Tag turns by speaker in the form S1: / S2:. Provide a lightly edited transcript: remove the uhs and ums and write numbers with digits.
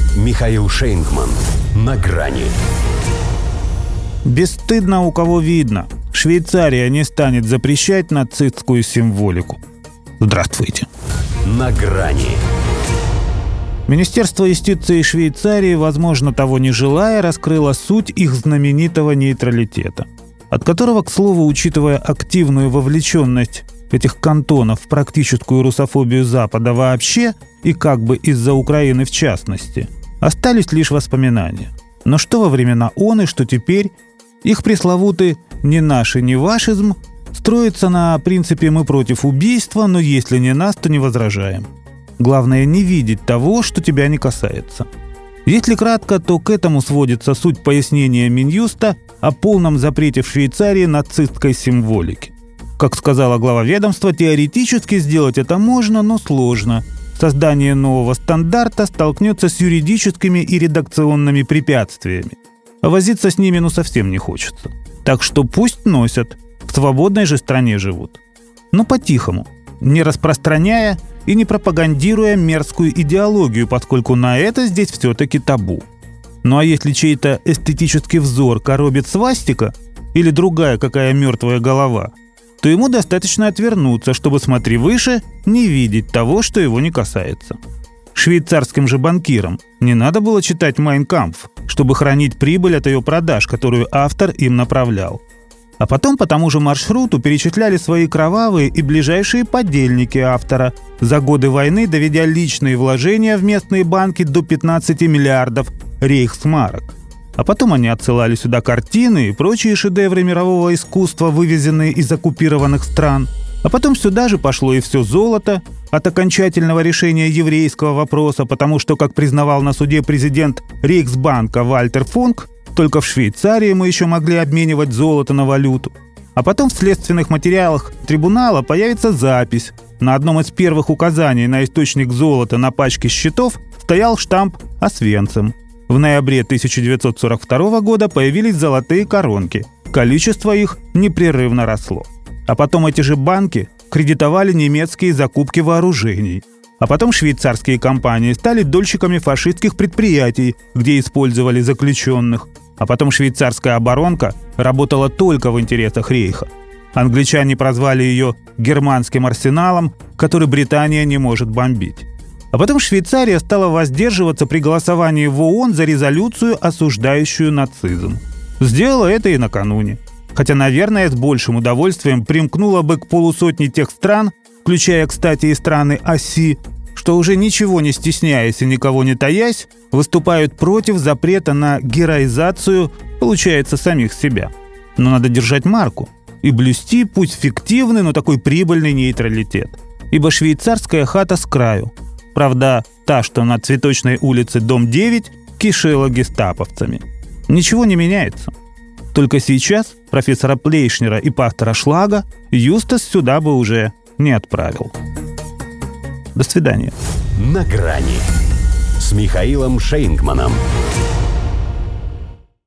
S1: Михаил Шейнгман. На грани.
S2: Бесстыдно у кого видно. Швейцария не станет запрещать нацистскую символику. Здравствуйте.
S1: На грани.
S2: Министерство юстиции Швейцарии, возможно, того не желая, раскрыло суть их знаменитого нейтралитета, от которого, к слову, учитывая активную вовлеченность этих кантонов в практическую русофобию Запада вообще и как бы из-за Украины в частности, остались лишь воспоминания. Но что во времена ООН и что теперь, их пресловутый «ни наши, ни вашизм» строится на принципе «мы против убийства, но если не нас, то не возражаем». Главное не видеть того, что тебя не касается. Если кратко, то к этому сводится суть пояснения Минюста о полном запрете в Швейцарии нацистской символики. Как сказала глава ведомства, теоретически сделать это можно, но сложно. Создание нового стандарта столкнется с юридическими и редакционными препятствиями. А возиться с ними совсем не хочется. Так что пусть носят, в свободной же стране живут. Но по-тихому, не распространяя и не пропагандируя мерзкую идеологию, поскольку на это здесь все-таки табу. Ну а если чей-то эстетический взор коробит свастика или другая какая мертвая голова, то ему достаточно отвернуться, чтобы, смотри выше, не видеть того, что его не касается. Швейцарским же банкирам не надо было читать «Майн кампф», чтобы хранить прибыль от ее продаж, которую автор им направлял. А потом по тому же маршруту перечисляли свои кровавые и ближайшие подельники автора, за годы войны доведя личные вложения в местные банки до 15 миллиардов рейхсмарок. А потом они отсылали сюда картины и прочие шедевры мирового искусства, вывезенные из оккупированных стран. А потом сюда же пошло и все золото от окончательного решения еврейского вопроса, потому что, как признавал на суде президент Рейхсбанка Вальтер Функ, только в Швейцарии мы еще могли обменивать золото на валюту. А потом в следственных материалах трибунала появится запись. На одном из первых указаний на источник золота на пачке счетов стоял штамп «Освенцим». В ноябре 1942 года появились золотые коронки. Количество их непрерывно росло. А потом эти же банки кредитовали немецкие закупки вооружений. А потом швейцарские компании стали дольщиками фашистских предприятий, где использовали заключенных. А потом швейцарская оборонка работала только в интересах Рейха. Англичане прозвали ее «германским арсеналом», который Британия не может бомбить. А потом Швейцария стала воздерживаться при голосовании в ООН за резолюцию, осуждающую нацизм. Сделала это и накануне. Хотя, наверное, с большим удовольствием примкнула бы к полусотне тех стран, включая, кстати, и страны оси, что уже ничего не стесняясь и никого не таясь, выступают против запрета на героизацию, получается, самих себя. Но надо держать марку и блюсти, пусть фиктивный, но такой прибыльный нейтралитет. Ибо швейцарская хата с краю. Правда, та, что на Цветочной улице, дом 9, кишела гестаповцами. Ничего не меняется. Только сейчас профессора Плейшнера и пастора Шлага Юстас сюда бы уже не отправил. До свидания.
S1: На грани с Михаилом Шейнгманом.